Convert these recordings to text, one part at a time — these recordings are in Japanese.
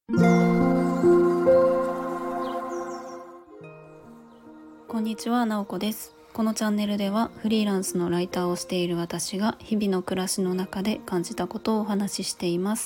こんにちは、なおこです。このチャンネルではフリーランスのライターをしている私が日々の暮らしの中で感じたことをお話ししています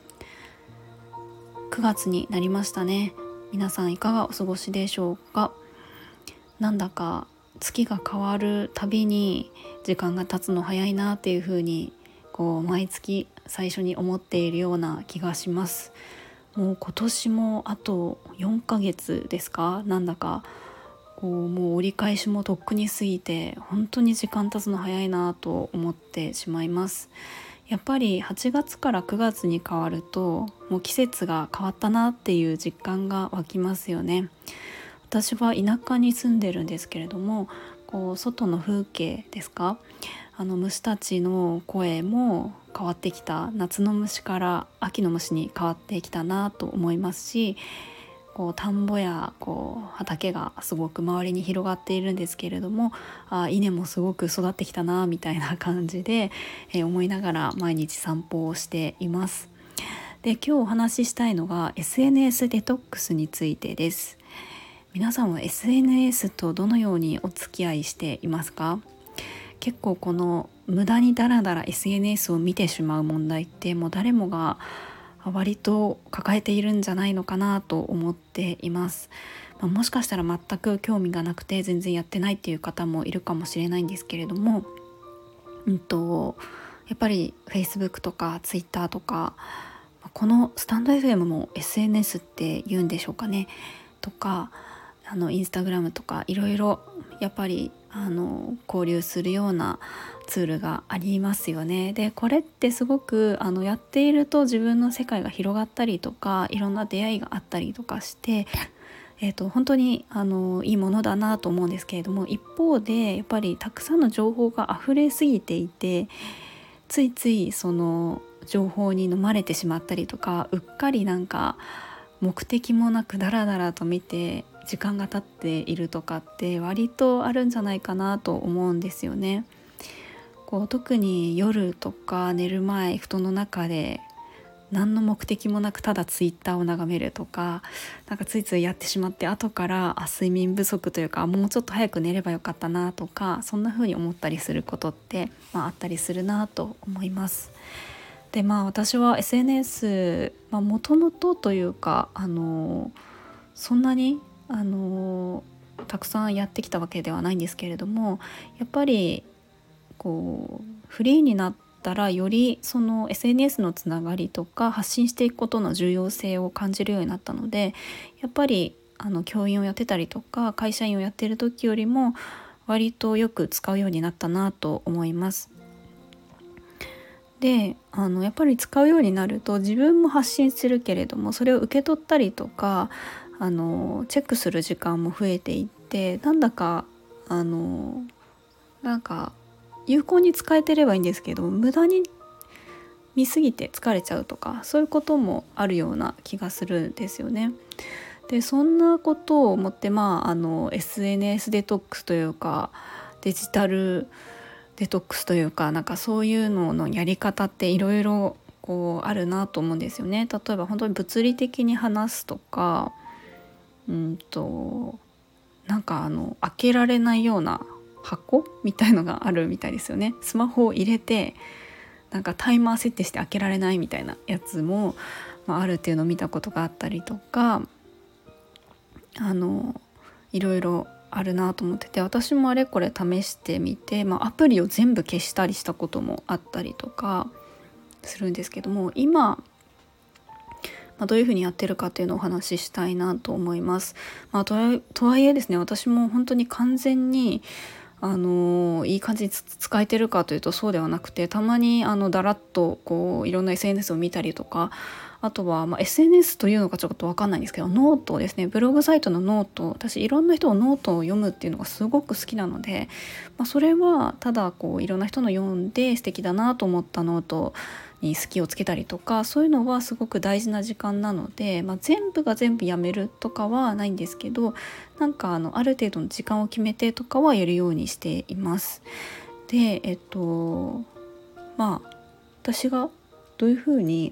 。9月になりましたね。皆さんいかがお過ごしでしょうか。なんだか月が変わるたびに時間が経つの早いなっていう風に毎月最初に思っているような気がします。もう今年もあと4ヶ月ですか。なんだかもう折り返しもとっくに過ぎて本当に時間経つの早いなと思ってしまいます。やっぱり8月から9月に変わるともう季節が変わったなっていう実感が湧きますよね。私は田舎に住んでるんですけれども、外の風景ですか、虫たちの声も変わってきた。夏の虫から秋の虫に変わってきたなと思いますし、田んぼや畑がすごく周りに広がっているんですけれども、稲もすごく育ってきたなみたいな感じで、思いながら毎日散歩をしています。で、今日お話ししたいのが SNS デトックスについてです。皆さんは SNS とどのようにお付き合いしていますか？結構この無駄にダラダラ SNS を見てしまう問題ってもう誰もが割と抱えているんじゃないのかなと思っています。もしかしたら全く興味がなくて全然やってないっていう方もいるかもしれないんですけれども、やっぱり Facebook とか Twitter とか、このスタンド FM も SNS って言うんでしょうかね、とかインスタグラムとかいろいろやっぱり交流するようなツールがありますよね。で、これってすごくやっていると自分の世界が広がったりとかいろんな出会いがあったりとかして、本当にいいものだなと思うんですけれども、一方でやっぱりたくさんの情報が溢れすぎていて、ついついその情報に飲まれてしまったりとか、うっかり目的もなくダラダラと見て時間が経っているとかって割とあるんじゃないかなと思うんですよね。特に夜とか寝る前、布団の中で何の目的もなくただツイッターを眺めるとか、ついついやってしまって、後から睡眠不足というかもうちょっと早く寝ればよかったなとか、そんな風に思ったりすることって、あったりするなと思います。で、私は SNS、もともとというかそんなにたくさんやってきたわけではないんですけれども、やっぱりフリーになったらよりその SNS のつながりとか発信していくことの重要性を感じるようになったので、やっぱり教員をやってたりとか会社員をやってる時よりも割とよく使うようになったなと思います。で、やっぱり使うようになると自分も発信するけれども、それを受け取ったりとかチェックする時間も増えていって、なんだか有効に使えてればいいんですけど、無駄に見すぎて疲れちゃうとか、そういうこともあるような気がするんですよね。で、そんなことを思って、SNS デトックスというかデジタルデトックスというか、そういうののやり方っていろいろあるなと思うんですよね。例えば本当に物理的に話すとか、開けられないような箱みたいのがあるみたいですよね。スマホを入れてタイマー設定して開けられないみたいなやつも、あるっていうのを見たことがあったりとか、いろいろあるなと思ってて、私もあれこれ試してみて、アプリを全部消したりしたこともあったりとかするんですけども、今、どういうふうにやってるかっていうのをお話ししたいなと思います。とはいえですね、私も本当に完全にいい感じに使えてるかというとそうではなくて、たまにだらっといろんな SNS を見たりとか、あとは、SNS というのかちょっと分かんないんですけど、ノートですね。ブログサイトのノート、私いろんな人のノートを読むっていうのがすごく好きなので、それはただいろんな人の読んで素敵だなと思ったノートに好きをつけたりとか、そういうのはすごく大事な時間なので、全部が全部やめるとかはないんですけど、ある程度の時間を決めてとかはやるようにしています。で、私がどういうふうに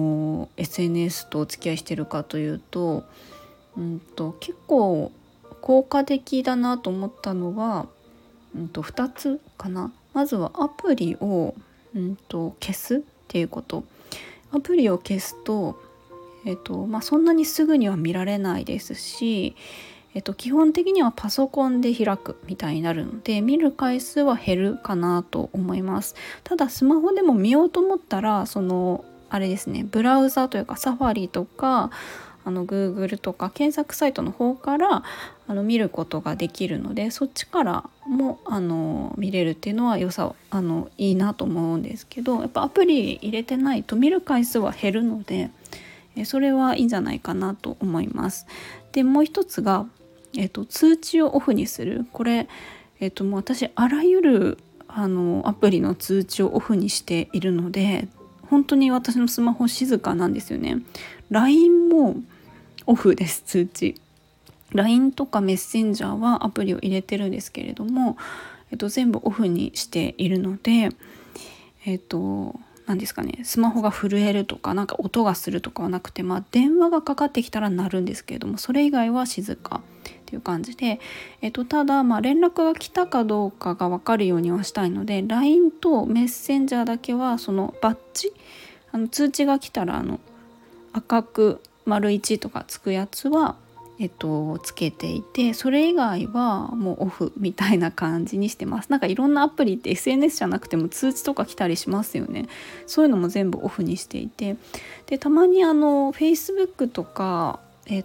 SNS とお付き合いしてるかというと、結構効果的だなと思ったのは、2つかな。まずはアプリを、消すっていうこと。アプリを消すと、そんなにすぐには見られないですし、基本的にはパソコンで開くみたいになるので見る回数は減るかなと思います。ただスマホでも見ようと思ったらあれですね、ブラウザというかサファリとかGoogle とか検索サイトの方から見ることができるので、そっちからも見れるっていうのはいいなと思うんですけど、やっぱアプリ入れてないと見る回数は減るので、それはいいんじゃないかなと思います。でもう一つが、通知をオフにする。これ、もう私あらゆるアプリの通知をオフにしているので、本当に私のスマホ静かなんですよね。 LINE もオフです。通知 LINE とかメッセンジャーはアプリを入れてるんですけれども、全部オフにしているので、何ですかね、スマホが震えるとかなんか音がするとかはなくて、電話がかかってきたら鳴るんですけれども、それ以外は静かっていう感じで、ただ連絡が来たかどうかが分かるようにはしたいので、 LINE とメッセンジャーだけはそのバッジ、通知が来たら赤く丸1とかつくやつはつけていて、それ以外はもうオフみたいな感じにしてます。なんかいろんなアプリって SNS じゃなくても通知とか来たりしますよね。そういうのも全部オフにしていて、でたまにFacebook とか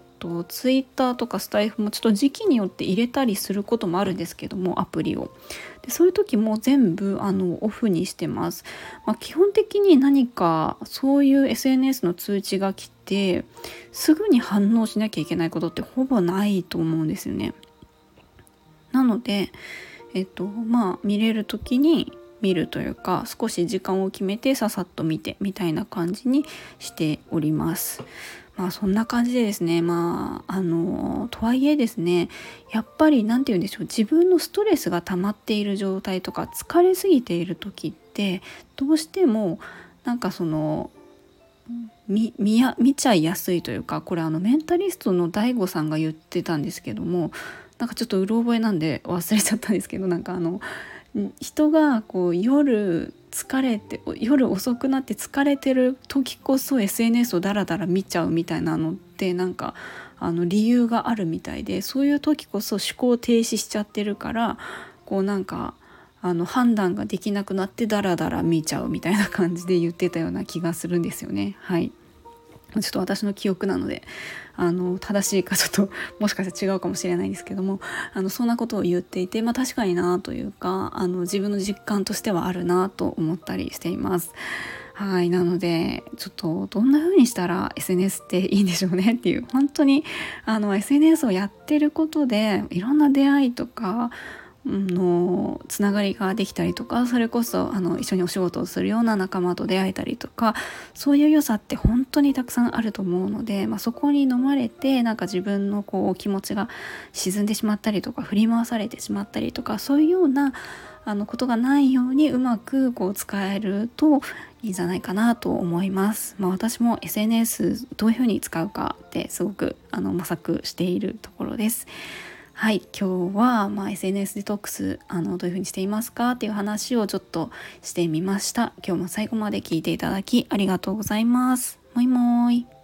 Twitter とかスタイフもちょっと時期によって入れたりすることもあるんですけども、アプリをでそういう時も全部オフにしてます。基本的に何かそういう SNS の通知が来てすぐに反応しなきゃいけないことってほぼないと思うんですよね。なので見れる時に見るというか、少し時間を決めてささっと見てみたいな感じにしております。そんな感じでですね、とはいえですね、やっぱりなんて言うんでしょう、自分のストレスが溜まっている状態とか疲れすぎている時ってどうしてもなんか見ちゃいやすいというか、これメンタリストの DAIGO さんが言ってたんですけども、なんかちょっとうろ覚えなんで忘れちゃったんですけど、なんか人が夜遅くなって疲れてる時こそ SNS をダラダラ見ちゃうみたいなのってなんか理由があるみたいで、そういう時こそ思考停止しちゃってるからなんか判断ができなくなってダラダラ見ちゃうみたいな感じで言ってたような気がするんですよね。はい、ちょっと私の記憶なので正しいかちょっともしかしたら違うかもしれないんですけども、そんなことを言っていて、確かになというか自分の実感としてはあるなと思ったりしています。はい、なのでちょっとどんな風にしたら SNS っていいんでしょうねっていう、本当にSNS をやってることでいろんな出会いとかのつながりができたりとか、それこそ一緒にお仕事をするような仲間と出会えたりとか、そういう良さって本当にたくさんあると思うので、そこに飲まれてなんか自分の気持ちが沈んでしまったりとか振り回されてしまったりとか、そういうようなことがないようにうまく使えるといいんじゃないかなと思います。私も SNS どういうふうに使うかってすごく模索しているところです。はい、今日は、SNS デトックスどういう風にしていますかっていう話をちょっとしてみました。今日も最後まで聞いていただきありがとうございます。もいもーい。